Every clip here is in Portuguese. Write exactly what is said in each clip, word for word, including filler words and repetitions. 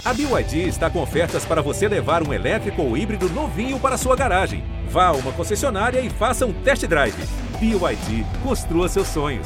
A B Y D está com ofertas para você levar um elétrico ou híbrido novinho para sua garagem. Vá a uma concessionária e faça um test drive. B Y D, construa seus sonhos.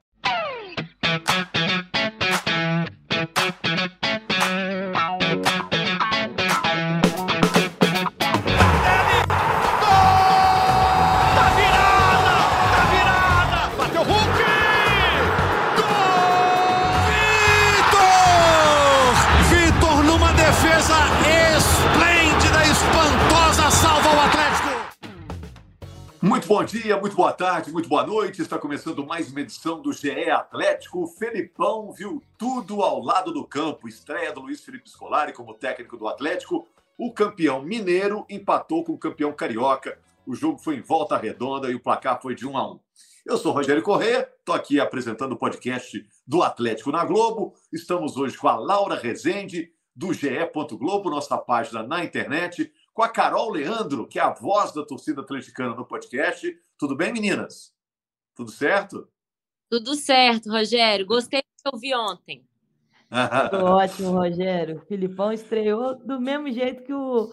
Muito bom dia, muito boa tarde, muito boa noite. Está começando mais uma edição do G E Atlético. O Felipão viu tudo ao lado do campo. Estreia do Luiz Felipe Scolari como técnico do Atlético. O campeão mineiro empatou com o campeão carioca. O jogo foi em volta redonda e o placar foi de um a um. Eu sou Rogério Corrêa, estou aqui apresentando o podcast do Atlético na Globo. Estamos hoje com a Laura Rezende, do G E Globo, nossa página na internet, com a Carol Leandro, que é a voz da torcida atleticana no podcast. Tudo bem, meninas? Tudo certo? Tudo certo, Rogério. Gostei do que eu vi ontem. Tudo ótimo, Rogério. O Filipão estreou do mesmo jeito que o,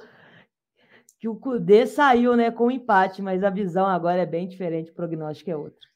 que o Cudê saiu, né, com o empate, mas a visão agora é bem diferente, o prognóstico é outro.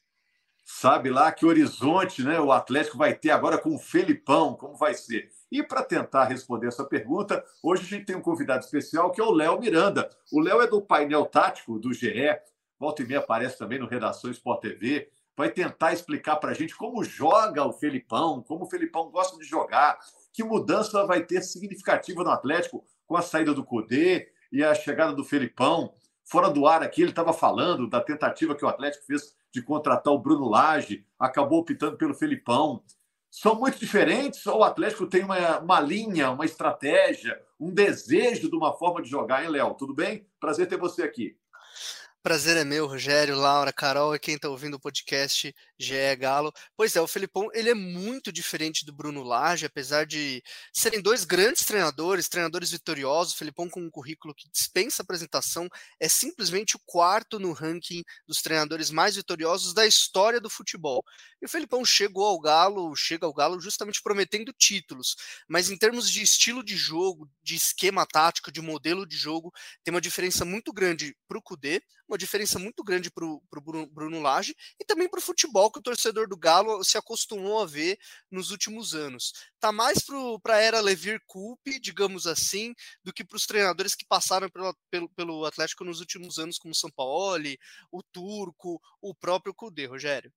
Sabe lá que horizonte, né, o Atlético vai ter agora com o Felipão, como vai ser? E para tentar responder essa pergunta, hoje a gente tem um convidado especial que é o Léo Miranda. O Léo é do painel tático do G E, volta e meia aparece também no Redação Sport T V, vai tentar explicar para a gente como joga o Felipão, como o Felipão gosta de jogar, que mudança vai ter significativa no Atlético com a saída do Cudê e a chegada do Felipão. Fora do ar aqui, ele estava falando da tentativa que o Atlético fez de contratar o Bruno Lage, acabou optando pelo Felipão. São muito diferentes ou o Atlético tem uma, uma linha, uma estratégia, um desejo de uma forma de jogar, hein, Léo? Tudo bem? Prazer ter você aqui. Prazer é meu, Rogério, Laura, Carol e quem está ouvindo o podcast G E Galo. Pois é, o Felipão ele é muito diferente do Bruno Lage, apesar de serem dois grandes treinadores, treinadores vitoriosos. O Felipão com um currículo que dispensa apresentação, é simplesmente o quarto no ranking dos treinadores mais vitoriosos da história do futebol. E o Felipão chegou ao Galo, chega ao Galo justamente prometendo títulos, mas em termos de estilo de jogo, de esquema tático, de modelo de jogo, tem uma diferença muito grande para o Cudê, uma diferença muito grande para o Bruno, Bruno Lage e também para o futebol que o torcedor do Galo se acostumou a ver nos últimos anos. Está mais para a era Levir Coupe, digamos assim, do que para os treinadores que passaram pelo, pelo, pelo Atlético nos últimos anos, como o Sampaoli, o Turco, o próprio Cudê, Rogério.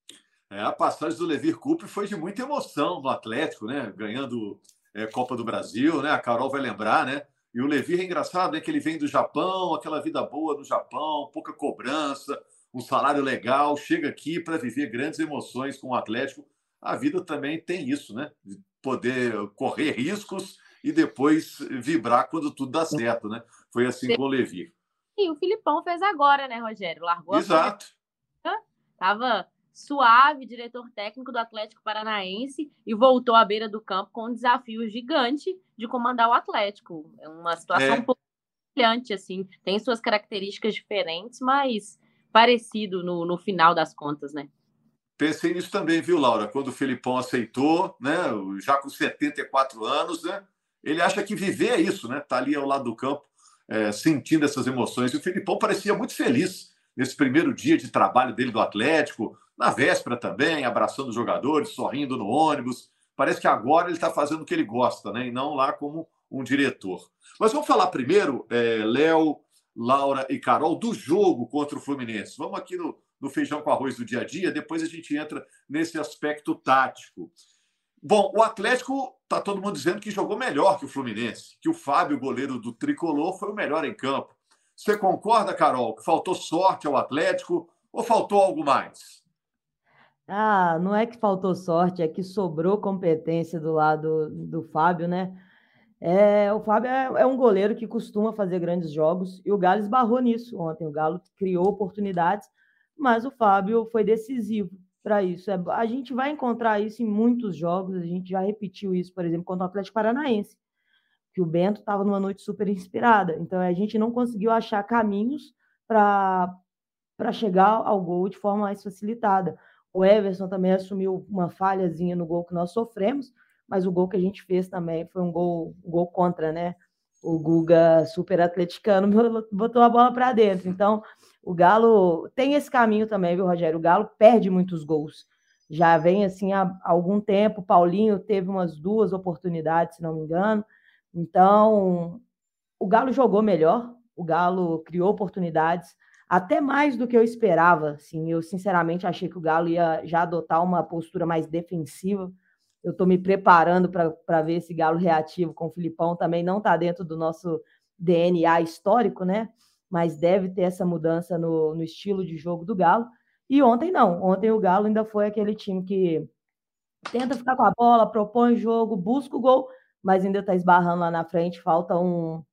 É, a passagem do Levir Coupe foi de muita emoção no Atlético, né? Ganhando é, Copa do Brasil, né? A Carol vai lembrar, né? E o Levir é engraçado, né? Que ele vem do Japão, aquela vida boa no Japão, pouca cobrança, um salário legal, chega aqui para viver grandes emoções com o Atlético. A vida também tem isso, né? De poder correr riscos e depois vibrar quando tudo dá certo, né? Foi assim Sim. com o Levir. E o Filipão fez agora, né, Rogério? Largou Exato. a Tava suave, diretor técnico do Atlético Paranaense, e voltou à beira do campo com um desafio gigante de comandar o Atlético. É uma situação é. um pouco brilhante, assim. Tem suas características diferentes, mas parecido no, no final das contas, né? Pensei nisso também, viu, Laura? Quando o Felipão aceitou, né? Já com setenta e quatro anos, né? Ele acha que viver é isso, né? Tá ali ao lado do campo, é, sentindo essas emoções. E o Felipão parecia muito feliz nesse primeiro dia de trabalho dele do Atlético, na véspera também, abraçando os jogadores, sorrindo no ônibus. Parece que agora ele está fazendo o que ele gosta, né? E não lá como um diretor. Mas vamos falar primeiro, é, Léo, Laura e Carol, do jogo contra o Fluminense. Vamos aqui no, no feijão com arroz do dia a dia, depois a gente entra nesse aspecto tático. Bom, o Atlético, está todo mundo dizendo que jogou melhor que o Fluminense, que o Fábio, goleiro do Tricolor, foi o melhor em campo. Você concorda, Carol, que faltou sorte ao Atlético ou faltou algo mais? Ah, não é que faltou sorte, é que sobrou competência do lado do Fábio, né? É, o Fábio é, é um goleiro que costuma fazer grandes jogos e o Galo esbarrou nisso ontem. O Galo criou oportunidades, mas o Fábio foi decisivo para isso. É, a gente vai encontrar isso em muitos jogos, a gente já repetiu isso, por exemplo, contra o Atlético Paranaense, que o Bento estava numa noite super inspirada. Então, a gente não conseguiu achar caminhos para chegar ao gol de forma mais facilitada. O Everson também assumiu uma falhazinha no gol que nós sofremos, mas o gol que a gente fez também foi um gol, um gol contra, né? O Guga, super atleticano, botou a bola para dentro. Então, o Galo tem esse caminho também, viu, Rogério? O Galo perde muitos gols. Já vem assim há algum tempo. Paulinho teve umas duas oportunidades, se não me engano. Então, o Galo jogou melhor, o Galo criou oportunidades, até mais do que eu esperava. Assim, eu, sinceramente, achei que o Galo ia já adotar uma postura mais defensiva. Eu estou me preparando para ver esse Galo reativo com o Filipão. Também não está dentro do nosso D N A histórico, né? Mas deve ter essa mudança no, no estilo de jogo do Galo. E ontem não. Ontem o Galo ainda foi aquele time que tenta ficar com a bola, propõe jogo, busca o gol, mas ainda está esbarrando lá na frente. Falta um...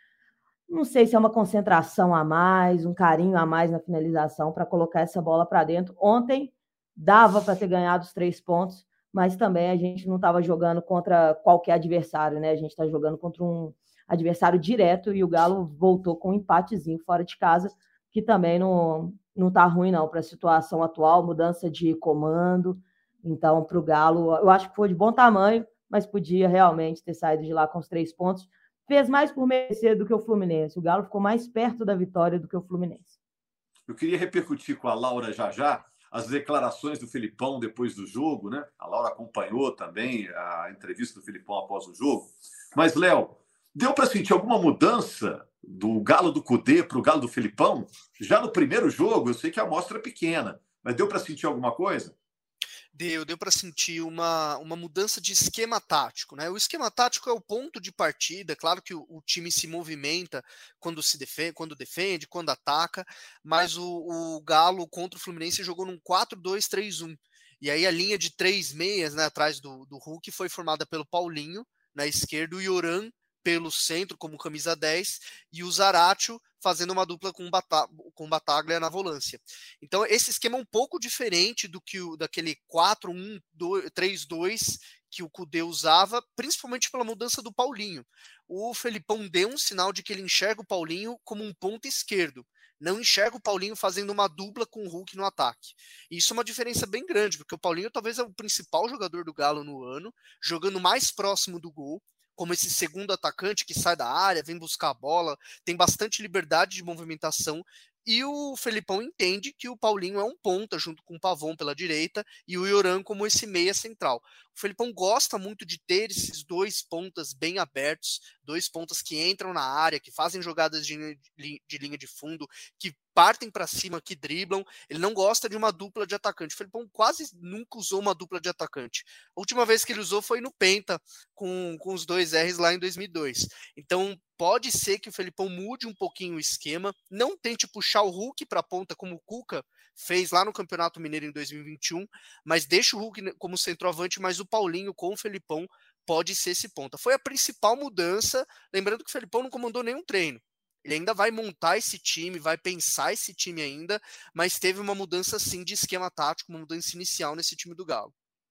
Não sei se é uma concentração a mais, um carinho a mais na finalização para colocar essa bola para dentro. Ontem dava para ter ganhado os três pontos, mas também a gente não estava jogando contra qualquer adversário, né? A gente está jogando contra um adversário direto e o Galo voltou com um empatezinho fora de casa, que também não, não tá ruim não para a situação atual, mudança de comando. Então, para o Galo, eu acho que foi de bom tamanho, mas podia realmente ter saído de lá com os três pontos. Fez mais por merecer do que o Fluminense. O Galo ficou mais perto da vitória do que o Fluminense. Eu queria repercutir com a Laura já já as declarações do Filipão depois do jogo, né? A Laura acompanhou também a entrevista do Filipão após o jogo. Mas, Léo, deu para sentir alguma mudança do Galo do Cudê para o Galo do Filipão? Já no primeiro jogo, eu sei que a amostra é pequena, mas deu para sentir alguma coisa? Deu, deu para sentir uma, uma mudança de esquema tático, né? O esquema tático é o ponto de partida, claro que o, o time se movimenta quando se defende, quando defende, quando ataca, mas o, o Galo contra o Fluminense jogou num quatro dois três um. E aí a linha de três meias, né, atrás do, do Hulk foi formada pelo Paulinho na esquerda, o Yoran pelo centro como camisa dez e o Zaratio fazendo uma dupla com o com Bataglia na volância. Então esse esquema é um pouco diferente do que o, daquele quatro um três dois que o Cudê usava, principalmente pela mudança do Paulinho. O Felipão deu um sinal de que ele enxerga o Paulinho como um ponta esquerdo, não enxerga o Paulinho fazendo uma dupla com o Hulk no ataque. E isso é uma diferença bem grande, porque o Paulinho talvez é o principal jogador do Galo no ano, jogando mais próximo do gol, como esse segundo atacante que sai da área, vem buscar a bola, tem bastante liberdade de movimentação, e o Felipão entende que o Paulinho é um ponta, junto com o Pavon pela direita, e o Yoran como esse meia central. O Felipão gosta muito de ter esses dois pontas bem abertos, dois pontas que entram na área, que fazem jogadas de, de linha de fundo, que partem para cima, que driblam. Ele não gosta de uma dupla de atacante. O Felipão quase nunca usou uma dupla de atacante. A última vez que ele usou foi no Penta, com, com os dois R's lá em dois mil e dois. Então, pode ser que o Felipão mude um pouquinho o esquema, não tente puxar o Hulk para a ponta como o Cuca fez lá no Campeonato Mineiro em dois mil e vinte e um, mas deixa o Hulk como centroavante, mas o Paulinho com o Felipão pode ser esse ponta. Foi a principal mudança, lembrando que o Felipão não comandou nenhum treino. Ele ainda vai montar esse time, vai pensar esse time ainda, mas teve uma mudança sim de esquema tático, uma mudança inicial nesse time do Galo.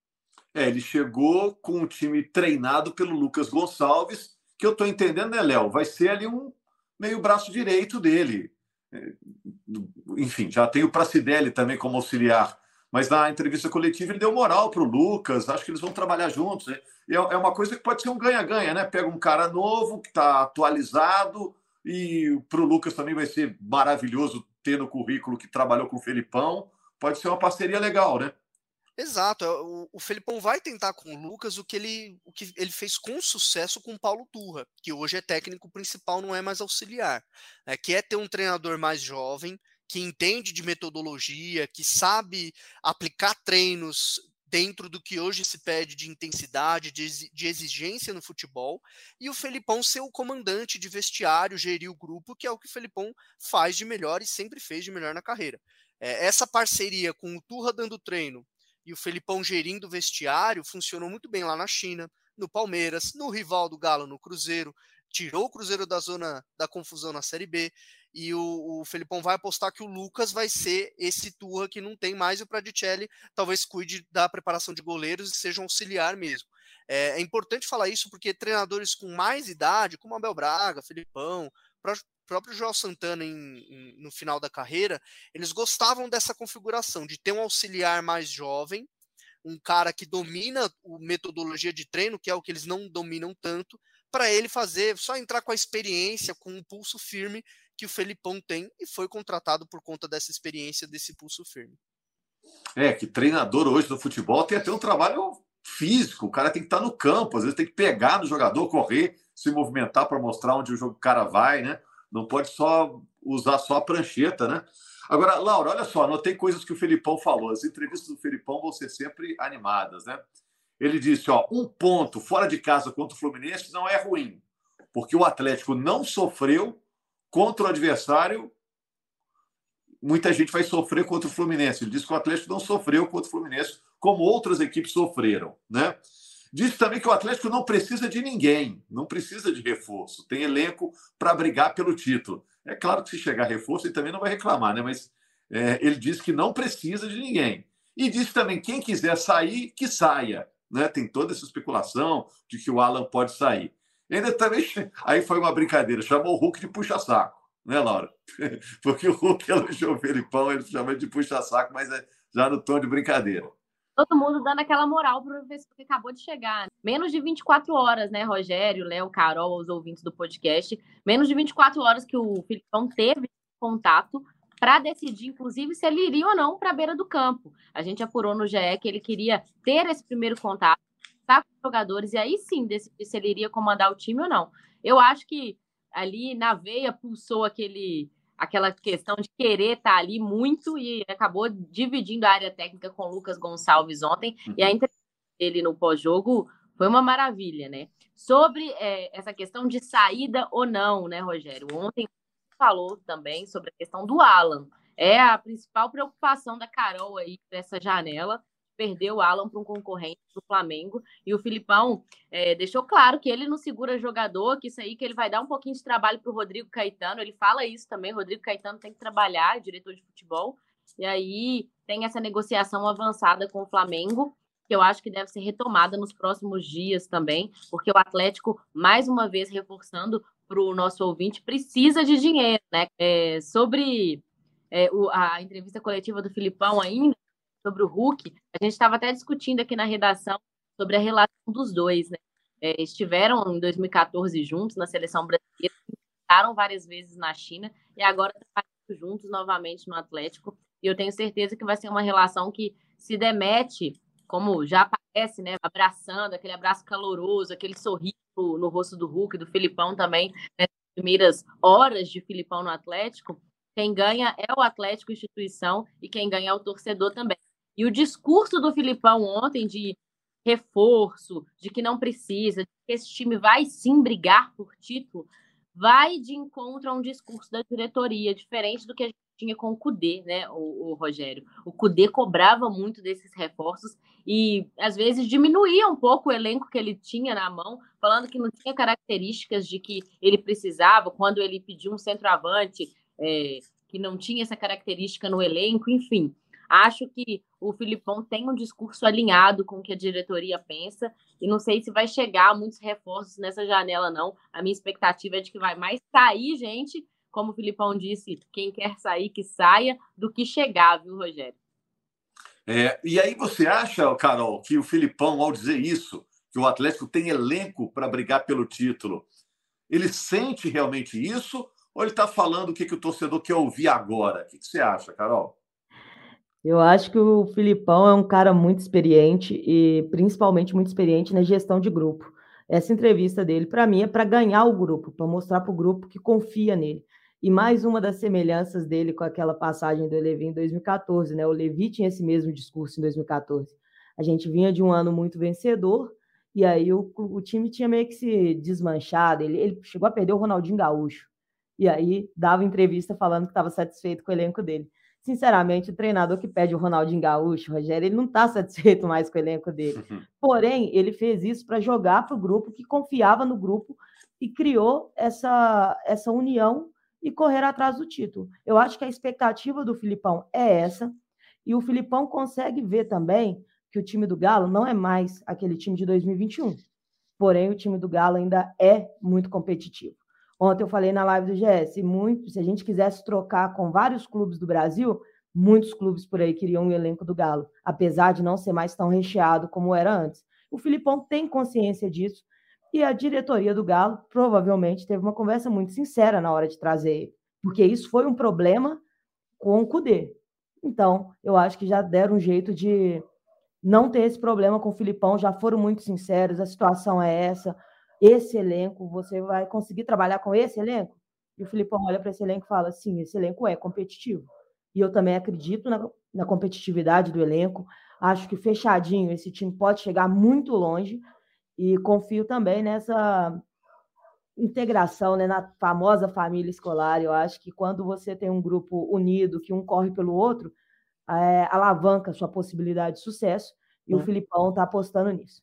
É, ele chegou com um time treinado pelo Lucas Gonçalves, que eu estou entendendo, né, Léo? Vai ser ali um meio braço direito dele. Enfim, já tem o Pracidelli também como auxiliar, mas na entrevista coletiva ele deu moral para o Lucas, acho que eles vão trabalhar juntos. Né? E é uma coisa que pode ser um ganha-ganha, né? Pega um cara novo, que está atualizado, e para o Lucas também vai ser maravilhoso ter no currículo que trabalhou com o Felipão. Pode ser uma parceria legal, né? Exato, o, o Felipão vai tentar com o Lucas o que, ele, o que ele fez com sucesso com o Paulo Turra, que hoje é técnico principal, não é mais auxiliar, né, que é ter um treinador mais jovem, que entende de metodologia, que sabe aplicar treinos dentro do que hoje se pede de intensidade, de, de exigência no futebol, e o Felipão ser o comandante de vestiário, gerir o grupo, que é o que o Felipão faz de melhor e sempre fez de melhor na carreira. É, essa parceria com o Turra dando treino, e o Felipão gerindo o vestiário funcionou muito bem lá na China, no Palmeiras, no rival do Galo, no Cruzeiro, tirou o Cruzeiro da zona da confusão na Série B, e o, o Felipão vai apostar que o Lucas vai ser esse Turra que não tem mais, e o Pradicelli talvez cuide da preparação de goleiros e seja um auxiliar mesmo. É, é importante falar isso porque treinadores com mais idade, como Abel Braga, Felipão, próprio João Santana em, em, no final da carreira, eles gostavam dessa configuração, de ter um auxiliar mais jovem, um cara que domina a metodologia de treino, que é o que eles não dominam tanto, para ele fazer, só entrar com a experiência, com o pulso firme que o Felipão tem, e foi contratado por conta dessa experiência, desse pulso firme. É, que treinador hoje no futebol tem até um trabalho físico, o cara tem que estar no campo, às vezes tem que pegar no jogador, correr, se movimentar para mostrar onde o jogo, o cara vai, né? Não pode só usar só a prancheta, né? Agora, Laura, olha só, anotei coisas que o Felipão falou. As entrevistas do Felipão vão ser sempre animadas, né? Ele disse, ó, um ponto fora de casa contra o Fluminense não é ruim, porque o Atlético não sofreu contra o adversário. Muita gente vai sofrer contra o Fluminense. Ele disse que o Atlético não sofreu contra o Fluminense, como outras equipes sofreram, né? Disse também que o Atlético não precisa de ninguém, não precisa de reforço, tem elenco para brigar pelo título. É claro que se chegar reforço, ele também não vai reclamar, né? Mas é, ele disse que não precisa de ninguém. E disse também que quem quiser sair, que saia, né? Tem toda essa especulação de que o Alan pode sair. E ainda também, aí foi uma brincadeira, chamou o Hulk de puxa-saco, né, Laura? Porque o Hulk elogiou o Felipão, ele chama de puxa-saco, mas é já no tom de brincadeira. Todo mundo dando aquela moral para o professor que acabou de chegar. Menos de vinte e quatro horas, né, Rogério, Léo, Carol, os ouvintes do podcast. Menos de vinte e quatro horas que o Felipão teve contato para decidir, inclusive, se ele iria ou não para a beira do campo. A gente apurou no G E que ele queria ter esse primeiro contato, estar com os jogadores, e aí sim decidir se ele iria comandar o time ou não. Eu acho que ali na veia pulsou aquele... aquela questão de querer estar ali muito e acabou dividindo a área técnica com o Lucas Gonçalves ontem. Uhum. E a entrevista dele no pós-jogo foi uma maravilha, né? Sobre é, essa questão de saída ou não, né, Rogério? Ontem falou também sobre a questão do Alan. É a principal preocupação da Carol aí nessa janela. Perdeu o Alan para um concorrente do Flamengo, e o Filipão é, deixou claro que ele não segura jogador, que isso aí que ele vai dar um pouquinho de trabalho para o Rodrigo Caetano. Ele fala isso também, Rodrigo Caetano tem que trabalhar, é diretor de futebol, e aí tem essa negociação avançada com o Flamengo, que eu acho que deve ser retomada nos próximos dias também, porque o Atlético, mais uma vez reforçando para o nosso ouvinte, precisa de dinheiro, né? É, sobre é, o, a entrevista coletiva do Filipão ainda, sobre o Hulk, a gente estava até discutindo aqui na redação sobre a relação dos dois, né? É, estiveram em dois mil e quatorze juntos na seleção brasileira, ficaram várias vezes na China e agora estão juntos novamente no Atlético. E eu tenho certeza que vai ser uma relação que se demete, como já aparece, né? Abraçando, aquele abraço caloroso, aquele sorriso no rosto do Hulk, do Filipão também, nas primeiras horas de Filipão no Atlético. Quem ganha é o Atlético instituição e quem ganha é o torcedor também. E o discurso do Filipão ontem de reforço, de que não precisa, de que esse time vai sim brigar por título, vai de encontro a um discurso da diretoria, diferente do que a gente tinha com o Cudê, né, o, o Rogério. O Cudê cobrava muito desses reforços e, às vezes, diminuía um pouco o elenco que ele tinha na mão, falando que não tinha características de que ele precisava, quando ele pediu um centroavante, é, que não tinha essa característica no elenco, enfim. Acho que o Filipão tem um discurso alinhado com o que a diretoria pensa e não sei se vai chegar a muitos reforços nessa janela, não. A minha expectativa é de que vai mais sair gente, como o Filipão disse, quem quer sair, que saia, do que chegar, viu, Rogério? É, e aí você acha, Carol, que o Filipão, ao dizer isso, que o Atlético tem elenco para brigar pelo título, ele sente realmente isso ou ele está falando o que, que o torcedor quer ouvir agora? O que, que você acha, Carol? Eu acho que o Filipão é um cara muito experiente e principalmente muito experiente na gestão de grupo. Essa entrevista dele, para mim, é para ganhar o grupo, para mostrar para o grupo que confia nele. E mais uma das semelhanças dele com aquela passagem do Levi em dois mil e quatorze, né? O Levi tinha esse mesmo discurso em dois mil e quatorze. A gente vinha de um ano muito vencedor e aí o, o time tinha meio que se desmanchado. Ele, ele chegou a perder o Ronaldinho Gaúcho. E aí dava entrevista falando que estava satisfeito com o elenco dele. Sinceramente, o treinador que pede o Ronaldinho Gaúcho, Rogério, ele não está satisfeito mais com o elenco dele. Porém, ele fez isso para jogar para o grupo que confiava no grupo e criou essa, essa união e correr atrás do título. Eu acho que a expectativa do Filipão é essa, e o Filipão consegue ver também que o time do Galo não é mais aquele time de dois mil e vinte e um. Porém, o time do Galo ainda é muito competitivo. Ontem eu falei na live do G S, muito, se a gente quisesse trocar com vários clubes do Brasil, muitos clubes por aí queriam o elenco do Galo, apesar de não ser mais tão recheado como era antes. O Filipão tem consciência disso e a diretoria do Galo provavelmente teve uma conversa muito sincera na hora de trazer ele, porque isso foi um problema com o Cudê. Então, eu acho que já deram um jeito de não ter esse problema com o Filipão, já foram muito sinceros, a situação é essa, esse elenco, você vai conseguir trabalhar com esse elenco? E o Filipão olha para esse elenco e fala, sim, esse elenco é competitivo. E eu também acredito na, na competitividade do elenco, acho que fechadinho esse time pode chegar muito longe e confio também nessa integração, né, na famosa família escolar. Eu acho que quando você tem um grupo unido, que um corre pelo outro, é, alavanca a sua possibilidade de sucesso, e o Filipão está apostando nisso.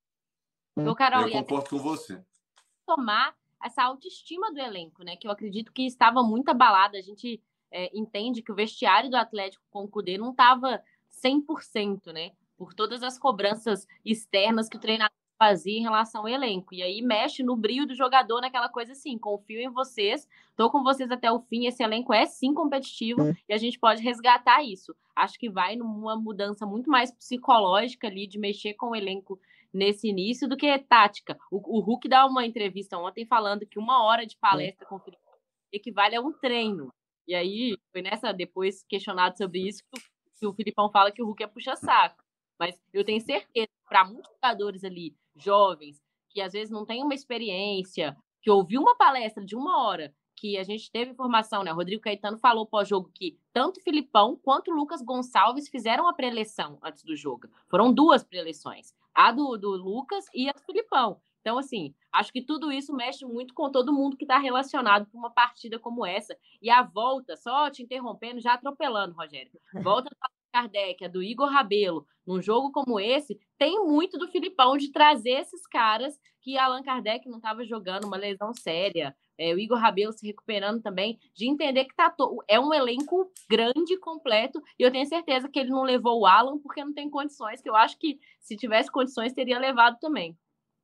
Eu, Carol, eu concordo com você. Tomar essa autoestima do elenco, né? Que eu acredito que estava muito abalada. A gente é, entende que o vestiário do Atlético com o Cudê não estava cem por cento, né? Por todas as cobranças externas que o treinador fazia em relação ao elenco. E aí mexe no brio do jogador, naquela coisa assim, confio em vocês, tô com vocês até o fim, esse elenco é sim competitivo e a gente pode resgatar isso. Acho que vai numa mudança muito mais psicológica ali, de mexer com o elenco nesse início do que tática. O, o Hulk dá uma entrevista ontem falando que uma hora de palestra com o Felipe equivale a um treino. E aí, foi nessa, depois questionado sobre isso, que o Filipão fala que o Hulk é puxa-saco. Mas eu tenho certeza que para muitos jogadores ali, jovens, que às vezes não têm uma experiência, que ouviu uma palestra de uma hora, que a gente teve informação, né? O Rodrigo Caetano falou pós-jogo que tanto o Filipão quanto o Lucas Gonçalves fizeram a pré-eleição antes do jogo. Foram duas pré-eleições, a do, do Lucas e a do Filipão. Então, assim, acho que tudo isso mexe muito com todo mundo que está relacionado com uma partida como essa. E a volta, só te interrompendo, já atropelando, Rogério, volta do Kardec, a do Igor Rabelo, num jogo como esse, tem muito do Filipão de trazer esses caras que Allan Kardec não estava jogando, uma lesão séria, é, o Igor Rabelo se recuperando também, de entender que tá to... é um elenco grande, completo, e eu tenho certeza que ele não levou o Alan porque não tem condições, que eu acho que se tivesse condições teria levado também.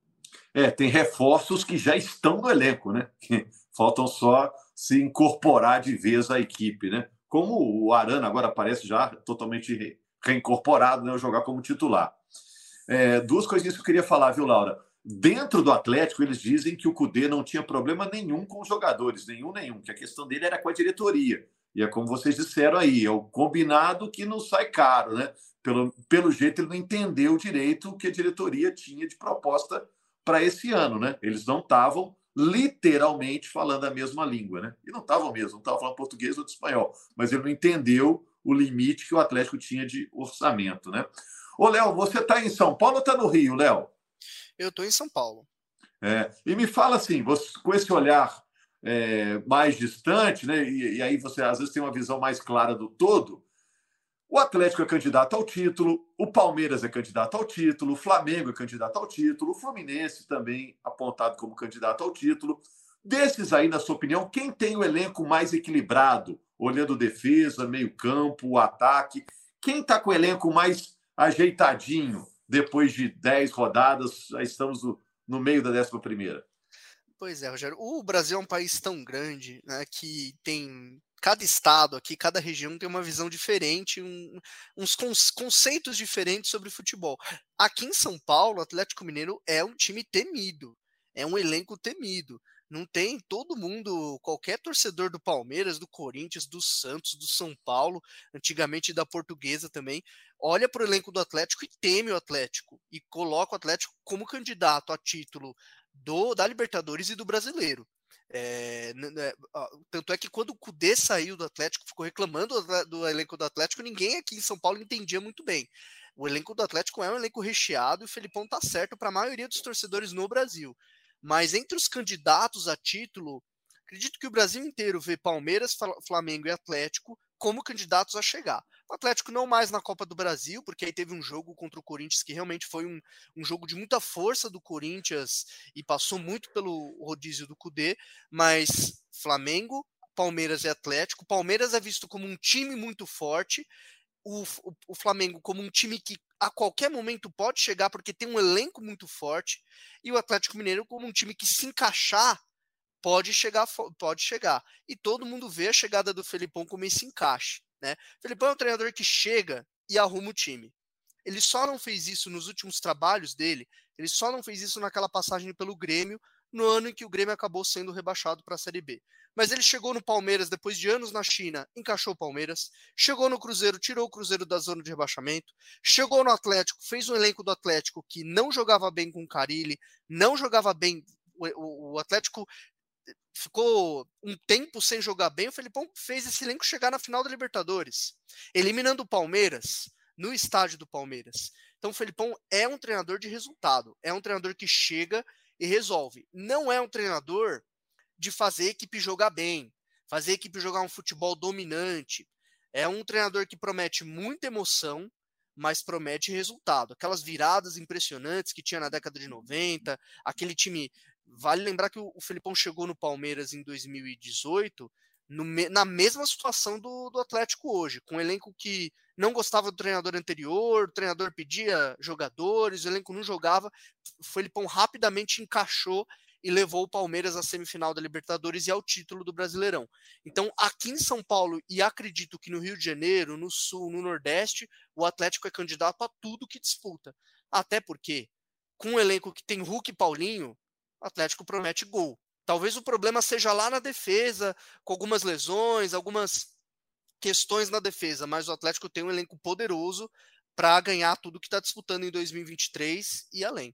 É, tem reforços que já estão no elenco, né? Faltam só se incorporar de vez à equipe, né? Como o Arana agora aparece já totalmente reincorporado, né? Jogar como titular. É, duas coisinhas que eu queria falar, viu, Laura? Dentro do Atlético, eles dizem que o Cudê não tinha problema nenhum com os jogadores, nenhum, nenhum, que a questão dele era com a diretoria. E é como vocês disseram aí, é o combinado que não sai caro, né? Pelo, pelo jeito, ele não entendeu direito o que a diretoria tinha de proposta para esse ano, né? Eles não estavam literalmente falando a mesma língua, né? E não estavam mesmo, não estavam falando português ou de espanhol, mas ele não entendeu o limite que o Atlético tinha de orçamento, né? Ô, Léo, você está em São Paulo ou está no Rio, Léo? Eu estou em São Paulo. É, e me fala assim, você, com esse olhar é, mais distante, né? E, e aí você às vezes tem uma visão mais clara do todo. O Atlético é candidato ao título, o Palmeiras é candidato ao título, o Flamengo é candidato ao título, o Fluminense também apontado como candidato ao título. Desses aí, na sua opinião, quem tem o elenco mais equilibrado? Olhando defesa, meio-campo, o ataque. Quem está com o elenco mais ajeitadinho depois de dez rodadas? Já estamos no, no meio da décima primeira. Pois é, Rogério. O Brasil é um país tão grande, né, que tem... Cada estado aqui, cada região tem uma visão diferente, um, uns conceitos diferentes sobre futebol. Aqui em São Paulo, o Atlético Mineiro é um time temido, é um elenco temido. Não tem todo mundo, qualquer torcedor do Palmeiras, do Corinthians, do Santos, do São Paulo, antigamente da Portuguesa também, olha para o elenco do Atlético e teme o Atlético, e coloca o Atlético como candidato a título do, da Libertadores e do Brasileiro. É, né, tanto é que quando o Cudê saiu do Atlético, ficou reclamando do, do elenco do Atlético, ninguém aqui em São Paulo entendia muito bem. O elenco do Atlético é um elenco recheado e o Felipão tá certo para a maioria dos torcedores no Brasil. Mas entre os candidatos a título, acredito que o Brasil inteiro vê Palmeiras, Flamengo e Atlético como candidatos a chegar. O Atlético não mais na Copa do Brasil, porque aí teve um jogo contra o Corinthians que realmente foi um, um jogo de muita força do Corinthians e passou muito pelo rodízio do Cudê, mas Flamengo, Palmeiras e Atlético. Palmeiras é visto como um time muito forte, o, o, o Flamengo como um time que a qualquer momento pode chegar porque tem um elenco muito forte, e o Atlético Mineiro como um time que se encaixar pode chegar, pode chegar. E todo mundo vê a chegada do Felipão como esse encaixe. né? O Felipão é um treinador que chega e arruma o time. Ele só não fez isso nos últimos trabalhos dele, ele só não fez isso naquela passagem pelo Grêmio, no ano em que o Grêmio acabou sendo rebaixado para a Série B. Mas ele chegou no Palmeiras depois de anos na China, encaixou o Palmeiras, chegou no Cruzeiro, tirou o Cruzeiro da zona de rebaixamento, chegou no Atlético, fez um elenco do Atlético que não jogava bem com o Carille, não jogava bem, o, o, o Atlético ficou um tempo sem jogar bem, o Felipão fez esse elenco chegar na final da Libertadores, eliminando o Palmeiras no estádio do Palmeiras. Então o Felipão é um treinador de resultado, é um treinador que chega e resolve. Não é um treinador de fazer a equipe jogar bem, fazer a equipe jogar um futebol dominante. É um treinador que promete muita emoção, mas promete resultado. Aquelas viradas impressionantes que tinha na década de noventa, aquele time... Vale lembrar que o Felipão chegou no Palmeiras em dois mil e dezoito, no, na mesma situação do, do Atlético hoje, com um elenco que não gostava do treinador anterior, o treinador pedia jogadores, o elenco não jogava, o Felipão rapidamente encaixou e levou o Palmeiras à semifinal da Libertadores e ao título do Brasileirão. Então, aqui em São Paulo, e acredito que no Rio de Janeiro, no Sul, no Nordeste, o Atlético é candidato a tudo que disputa. Até porque, com um elenco que tem Hulk e Paulinho, o Atlético promete gol. Talvez o problema seja lá na defesa, com algumas lesões, algumas questões na defesa, mas o Atlético tem um elenco poderoso para ganhar tudo que está disputando em dois mil e vinte e três e além.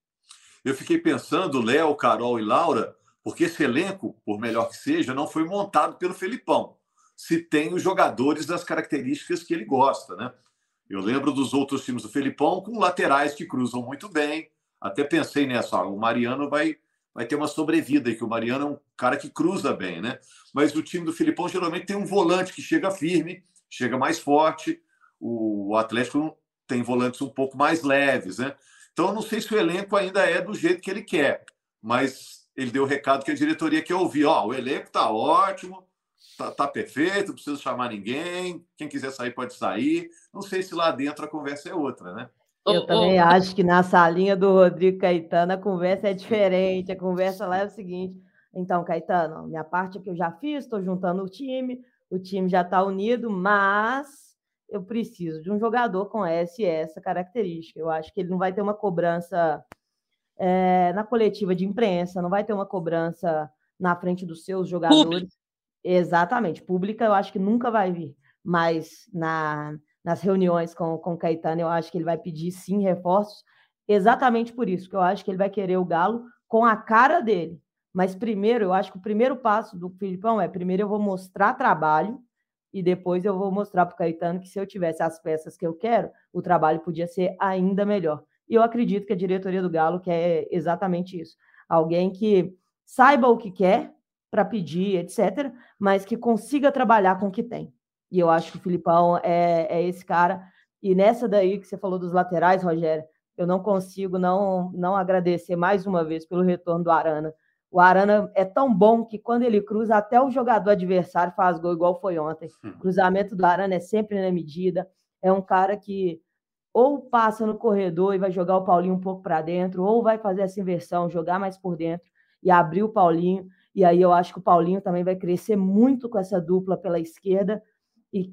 Eu fiquei pensando, Léo, Carol e Laura, porque esse elenco, por melhor que seja, não foi montado pelo Felipão. Se tem os jogadores das características que ele gosta, né? Eu lembro dos outros times do Felipão com laterais que cruzam muito bem. Até pensei nessa, ó, o Mariano vai, vai ter uma sobrevida, que o Mariano é um cara que cruza bem, né? Mas o time do Felipão geralmente tem um volante que chega firme, chega mais forte. O Atlético tem volantes um pouco mais leves, né? Então, eu não sei se o elenco ainda é do jeito que ele quer, mas ele deu o recado que a diretoria quer ouvir. Ó, o elenco tá ótimo, tá, tá perfeito, não precisa chamar ninguém, quem quiser sair pode sair. Não sei se lá dentro a conversa é outra, né? Eu oh, também oh. acho que na salinha do Rodrigo Caetano a conversa é diferente. A conversa lá é o seguinte: então, Caetano, minha parte é que eu já fiz, estou juntando o time, o time já está unido, mas eu preciso de um jogador com essa e essa característica. Eu acho que ele não vai ter uma cobrança é, na coletiva de imprensa, não vai ter uma cobrança na frente dos seus jogadores. Pública. Exatamente, pública eu acho que nunca vai vir, mas na... nas reuniões com, com o Caetano, eu acho que ele vai pedir, sim, reforços, exatamente por isso, que eu acho que ele vai querer o Galo com a cara dele. Mas primeiro, eu acho que o primeiro passo do Felipão é, primeiro eu vou mostrar trabalho, e depois eu vou mostrar para o Caetano que se eu tivesse as peças que eu quero, o trabalho podia ser ainda melhor. E eu acredito que a diretoria do Galo quer exatamente isso. Alguém que saiba o que quer para pedir, etcétera, mas que consiga trabalhar com o que tem. E eu acho que o Felipão é, é esse cara. E nessa daí que você falou dos laterais, Rogério, eu não consigo não, não agradecer mais uma vez pelo retorno do Arana. O Arana é tão bom que quando ele cruza, até o jogador adversário faz gol, igual foi ontem. O cruzamento do Arana é sempre na medida. É um cara que ou passa no corredor e vai jogar o Paulinho um pouco para dentro, ou vai fazer essa inversão, jogar mais por dentro e abrir o Paulinho. E aí eu acho que o Paulinho também vai crescer muito com essa dupla pela esquerda. E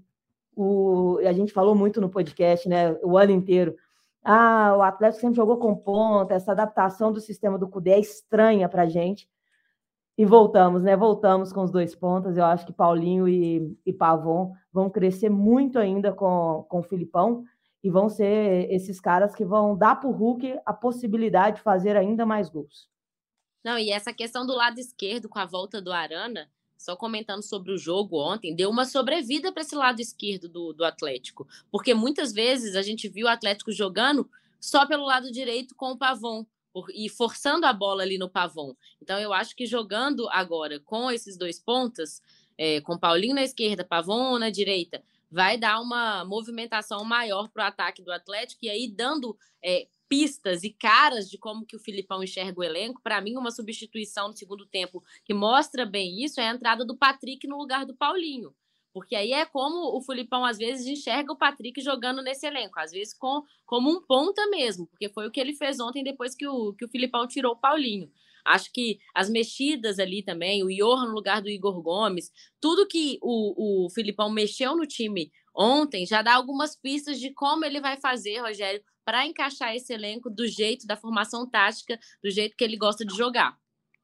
o, a gente falou muito no podcast, né, o ano inteiro. Ah, o Atlético sempre jogou com ponta, essa adaptação do sistema do Cudê é estranha para a gente. E voltamos, né? Voltamos com os dois pontas. Eu acho que Paulinho e, e Pavon vão crescer muito ainda com, com o Felipão e vão ser esses caras que vão dar para o Hulk a possibilidade de fazer ainda mais gols. Não, e essa questão do lado esquerdo com a volta do Arana, só comentando sobre o jogo ontem, deu uma sobrevida para esse lado esquerdo do, do Atlético. Porque muitas vezes a gente viu o Atlético jogando só pelo lado direito com o Pavon e forçando a bola ali no Pavon. Então eu acho que jogando agora com esses dois pontas, é, com Paulinho na esquerda, Pavon na direita, vai dar uma movimentação maior para o ataque do Atlético e aí dando é, pistas e caras de como que o Felipão enxerga o elenco. Para mim, uma substituição no segundo tempo que mostra bem isso é a entrada do Patrick no lugar do Paulinho. Porque aí é como o Felipão, às vezes, enxerga o Patrick jogando nesse elenco. Às vezes com, como um ponta mesmo, porque foi o que ele fez ontem depois que o, que o Felipão tirou o Paulinho. Acho que as mexidas ali também, o Johan no lugar do Igor Gomes, tudo que o, o Filipão mexeu no time ontem já dá algumas pistas de como ele vai fazer, Rogério, para encaixar esse elenco do jeito, da formação tática, do jeito que ele gosta de jogar.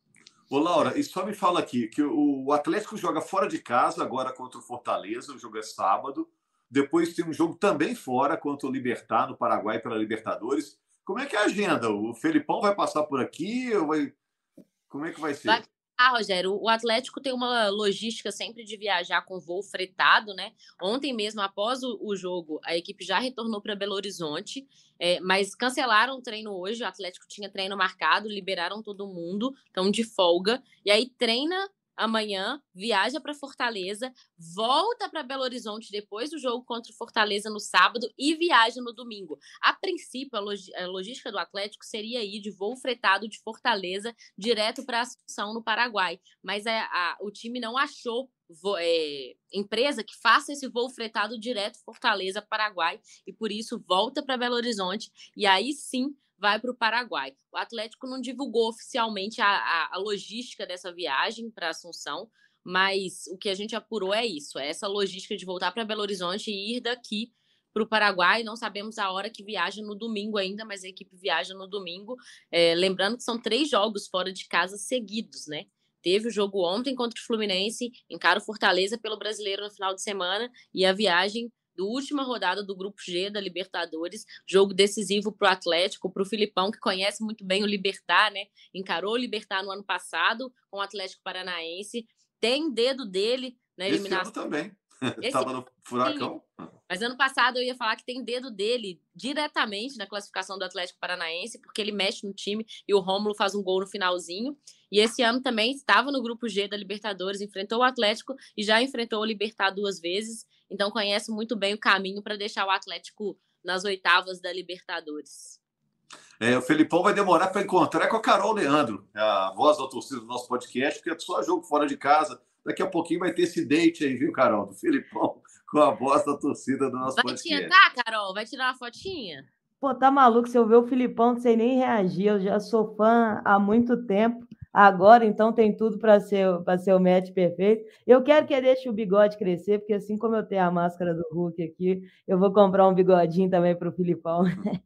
Ô, Laura, e só me fala aqui, que o Atlético joga fora de casa agora contra o Fortaleza, o jogo é sábado, depois tem um jogo também fora contra o Libertad, no Paraguai, pela Libertadores. Como é que é a agenda? O Felipão vai passar por aqui? Ou vai... Como é que vai ser? Vai... Ah, Rogério, o Atlético tem uma logística sempre de viajar com voo fretado, né? Ontem mesmo, após o, o jogo, a equipe já retornou para Belo Horizonte, é, mas cancelaram o treino hoje. O Atlético tinha treino marcado, liberaram todo mundo, estão de folga. E aí treina amanhã, viaja para Fortaleza, volta para Belo Horizonte depois do jogo contra o Fortaleza no sábado e viaja no domingo. A princípio, a, log- a logística do Atlético seria ir de voo fretado de Fortaleza direto para Assunção, no Paraguai. Mas a, a, o time não achou vo- é, empresa que faça esse voo fretado direto Fortaleza, Paraguai, e por isso volta para Belo Horizonte e aí sim vai para o Paraguai. O Atlético não divulgou oficialmente a, a, a logística dessa viagem para Assunção, mas o que a gente apurou é isso, é essa logística de voltar para Belo Horizonte e ir daqui para o Paraguai. Não sabemos a hora que viaja no domingo ainda, mas a equipe viaja no domingo. É, lembrando que são três jogos fora de casa seguidos, né? Teve o jogo ontem contra o Fluminense, encara o Fortaleza pelo Brasileiro no final de semana e a viagem do última rodada do Grupo G da Libertadores, jogo decisivo para o Atlético, para o Filipão, que conhece muito bem o Libertad, né? Encarou o Libertad no ano passado com o Atlético Paranaense, tem dedo dele na eliminação. Esse ano também. Estava no Furacão. Sim. Mas ano passado eu ia falar que tem dedo dele diretamente na classificação do Atlético Paranaense, porque ele mexe no time e o Rômulo faz um gol no finalzinho. E esse ano também estava no Grupo G da Libertadores, enfrentou o Atlético e já enfrentou o Libertad duas vezes. Então conhece muito bem o caminho para deixar o Atlético nas oitavas da Libertadores. É, o Felipão vai demorar para encontrar com a Carol Leandro, a voz da torcida do nosso podcast, porque é só jogo fora de casa. Daqui a pouquinho vai ter esse date aí, viu, Carol? Do Felipão com a voz da torcida do nosso vai podcast. Vai te entrar, Carol? Vai tirar uma fotinha? Pô, tá maluco? Se eu ver o Filipão, não sei nem reagir. Eu já sou fã há muito tempo. Agora, então, tem tudo para ser, para ser o match perfeito. Eu quero que ele deixe o bigode crescer, porque assim como eu tenho a máscara do Hulk aqui, eu vou comprar um bigodinho também para o Filipão.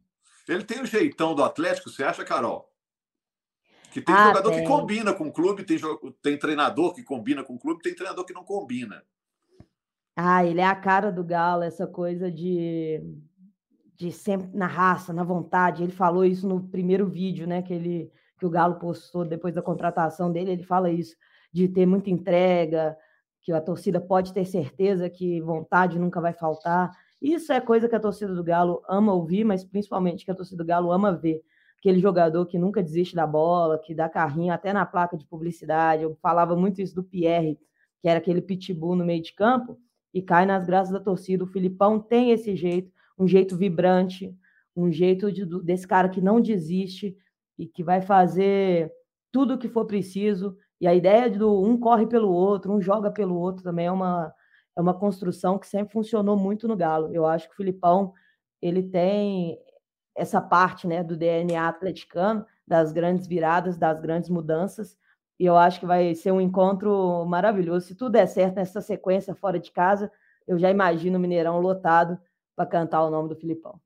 Ele tem o jeitão do Atlético, você acha, Carol? Que tem Ah, jogador tem. que combina com o clube, tem, tem treinador que combina com o clube, tem treinador que não combina. Ah, ele é a cara do Galo, essa coisa de, de sempre na raça, na vontade. Ele falou isso no primeiro vídeo, né, que, ele, que o Galo postou depois da contratação dele. Ele fala isso, de ter muita entrega, que a torcida pode ter certeza que vontade nunca vai faltar. Isso é coisa que a torcida do Galo ama ouvir, mas principalmente que a torcida do Galo ama ver. Aquele jogador que nunca desiste da bola, que dá carrinho até na placa de publicidade. Eu falava muito isso do Pierre, que era aquele pitbull no meio de campo, e cai nas graças da torcida. O Filipão tem esse jeito, um jeito vibrante, um jeito de, desse cara que não desiste e que vai fazer tudo o que for preciso. E a ideia do um corre pelo outro, um joga pelo outro também é uma, é uma construção que sempre funcionou muito no Galo. Eu acho que o Filipão ele tem essa parte, né, do D N A atleticano, das grandes viradas, das grandes mudanças, e eu acho que vai ser um encontro maravilhoso. Se tudo der certo nessa sequência fora de casa, eu já imagino o Mineirão lotado para cantar o nome do Filipão.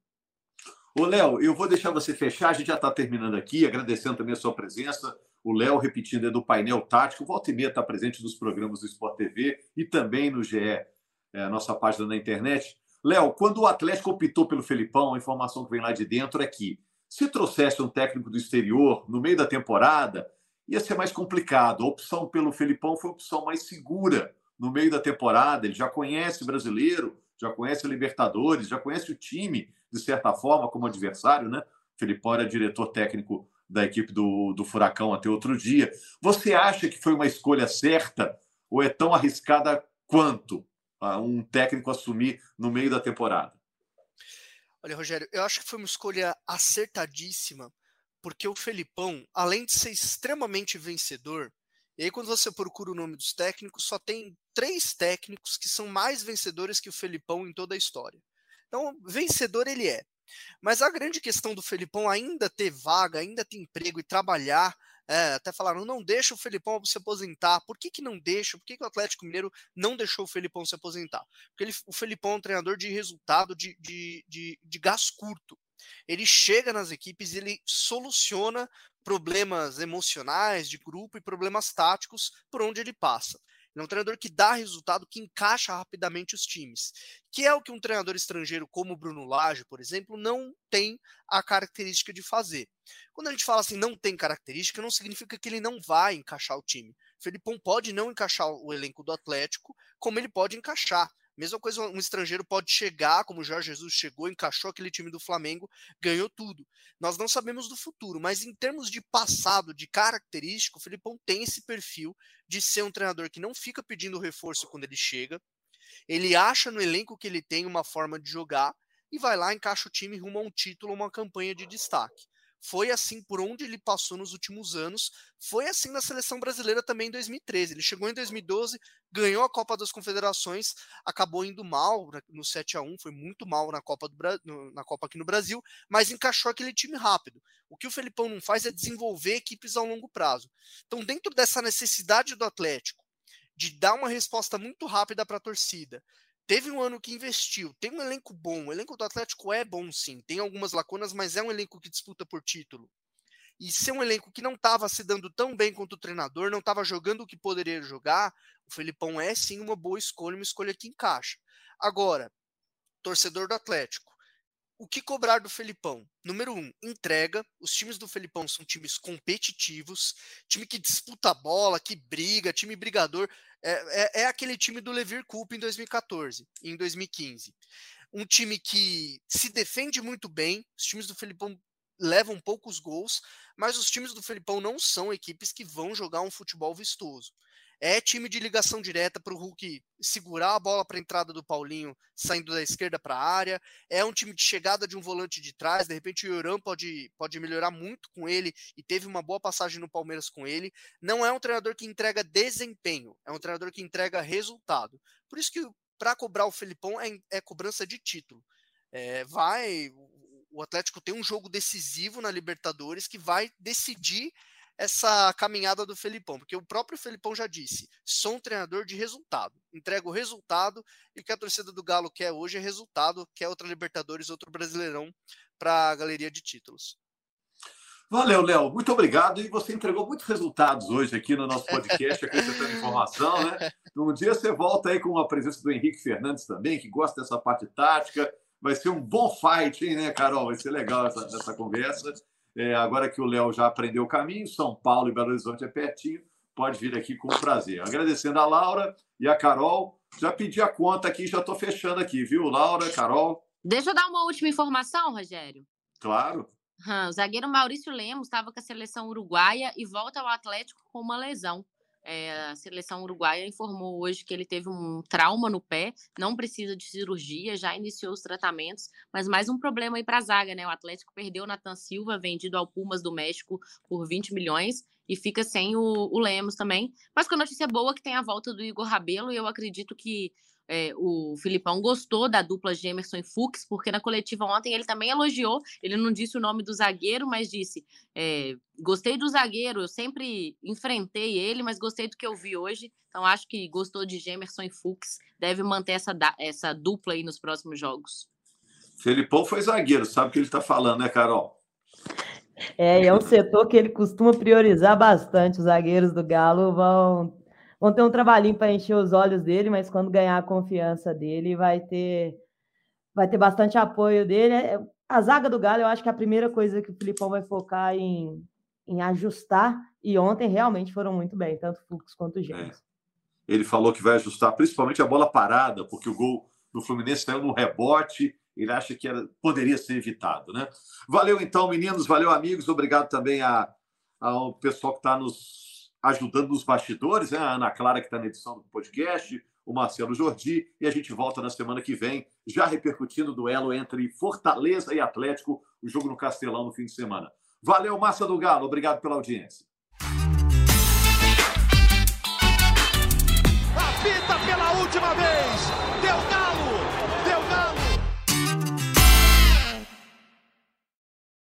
Ô, Léo, eu vou deixar você fechar, a gente já está terminando aqui, agradecendo também a sua presença. O Léo, repetindo, é do painel tático, volta e meia está presente nos programas do Sport T V e também no G E, é, a nossa página na internet. Léo, quando o Atlético optou pelo Felipão, a informação que vem lá de dentro é que se trouxesse um técnico do exterior no meio da temporada, ia ser mais complicado. A opção pelo Felipão foi a opção mais segura no meio da temporada. Ele já conhece o brasileiro, já conhece a Libertadores, já conhece o time, de certa forma, como adversário, né? O Felipão era diretor técnico da equipe do, do Furacão até outro dia. Você acha que foi uma escolha certa ou é tão arriscada quanto um técnico assumir no meio da temporada? Olha, Rogério, eu acho que foi uma escolha acertadíssima, porque o Felipão, além de ser extremamente vencedor, e aí quando você procura o nome dos técnicos, só tem três técnicos que são mais vencedores que o Felipão em toda a história. Então, vencedor ele é. Mas a grande questão do Felipão ainda ter vaga, ainda ter emprego e trabalhar É, até falaram, não deixa o Felipão se aposentar. Por que que não deixa? Por que que o Atlético Mineiro não deixou o Felipão se aposentar? Porque ele, o Felipão é um treinador de resultado, de, de, de, de gás curto. Ele chega nas equipes e ele soluciona problemas emocionais de grupo e problemas táticos por onde ele passa. Ele é um treinador que dá resultado, que encaixa rapidamente os times, que é o que um treinador estrangeiro como o Bruno Lage, por exemplo, não tem a característica de fazer. Quando a gente fala assim, não tem característica, não significa que ele não vai encaixar o time. O Felipão pode não encaixar o elenco do Atlético, como ele pode encaixar. Mesma coisa, um estrangeiro pode chegar, como o Jorge Jesus chegou, encaixou aquele time do Flamengo, ganhou tudo. Nós não sabemos do futuro, mas em termos de passado, de característico, o Felipão tem esse perfil de ser um treinador que não fica pedindo reforço quando ele chega, ele acha no elenco que ele tem uma forma de jogar e vai lá, encaixa o time rumo a um título, uma campanha de destaque. Foi assim por onde ele passou nos últimos anos, foi assim na seleção brasileira também em dois mil e treze. Ele chegou em dois mil e doze, ganhou a Copa das Confederações, acabou indo mal no sete a um, foi muito mal na Copa, do Bra... na Copa aqui no Brasil, mas encaixou aquele time rápido. O que o Felipão não faz é desenvolver equipes ao longo prazo. Então, dentro dessa necessidade do Atlético de dar uma resposta muito rápida para a torcida, teve um ano que investiu, tem um elenco bom, o elenco do Atlético é bom sim, tem algumas lacunas, mas é um elenco que disputa por título. E ser um elenco que não estava se dando tão bem quanto o treinador, não estava jogando o que poderia jogar, o Felipão é sim uma boa escolha, uma escolha que encaixa. Agora, torcedor do Atlético, o que cobrar do Felipão? Número um, entrega. Os times do Felipão são times competitivos, time que disputa a bola, que briga, time brigador. É, é, é aquele time do Leverkusen em dois mil e quatorze e em dois mil e quinze. Um time que se defende muito bem, os times do Felipão levam poucos gols, mas os times do Felipão não são equipes que vão jogar um futebol vistoso. É time de ligação direta para o Hulk segurar a bola para a entrada do Paulinho saindo da esquerda para a área. É um time de chegada de um volante de trás. De repente o Yoram pode, pode melhorar muito com ele e teve uma boa passagem no Palmeiras com ele. Não é um treinador que entrega desempenho, é um treinador que entrega resultado. Por isso que para cobrar o Felipão é, é cobrança de título. É, vai, o Atlético tem um jogo decisivo na Libertadores que vai decidir essa caminhada do Felipão, porque o próprio Felipão já disse, sou um treinador de resultado, entrego o resultado e o que a torcida do Galo quer hoje é resultado, quer outra Libertadores, outro Brasileirão para a galeria de títulos. Valeu, Léo, muito obrigado, e você entregou muitos resultados hoje aqui no nosso podcast, acrescentando informação, né? Um dia você volta aí com a presença do Henrique Fernandes também, que gosta dessa parte tática, vai ser um bom fight, hein, né, Carol? Vai ser legal essa, essa conversa. É, agora que o Léo já aprendeu o caminho, São Paulo e Belo Horizonte é pertinho, pode vir aqui com prazer. Agradecendo a Laura e a Carol. Já pedi a conta aqui, já estou fechando aqui, viu, Laura, Carol? Deixa eu dar uma última informação, Rogério. Claro. Hum, o zagueiro Maurício Lemos estava com a seleção uruguaia e volta ao Atlético com uma lesão. É, a seleção uruguaia informou hoje que ele teve um trauma no pé, não precisa de cirurgia, já iniciou os tratamentos, mas mais um problema aí para a zaga, né? O Atlético perdeu o Nathan Silva, vendido ao Pumas do México por vinte milhões, e fica sem o, o Lemos também. Mas com a notícia boa que tem a volta do Igor Rabelo, e eu acredito que é, o Filipão gostou da dupla Gemerson e Fux, porque na coletiva ontem ele também elogiou, ele não disse o nome do zagueiro, mas disse, é, gostei do zagueiro, eu sempre enfrentei ele, mas gostei do que eu vi hoje, então acho que gostou de Gemerson e Fux, deve manter essa, essa dupla aí nos próximos jogos. Felipão foi zagueiro, sabe o que ele está falando, né, Carol? É, é um setor que ele costuma priorizar bastante, os zagueiros do Galo vão... Vão ter um trabalhinho para encher os olhos dele, mas quando ganhar a confiança dele, vai ter, vai ter bastante apoio dele. A zaga do Galo, eu acho que é a primeira coisa que o Filipão vai focar em, em ajustar, e ontem realmente foram muito bem, tanto o Fux quanto o Gêmeos. É. Ele falou que vai ajustar principalmente a bola parada, porque o gol do Fluminense saiu no rebote, ele acha que era, poderia ser evitado, né? Valeu então, meninos, valeu, amigos, obrigado também a, ao pessoal que está nos ajudando nos bastidores, né? A Ana Clara, que está na edição do podcast, o Marcelo Jordi, e a gente volta na semana que vem, já repercutindo o duelo entre Fortaleza e Atlético, o jogo no Castelão no fim de semana. Valeu, Massa do Galo, obrigado pela audiência.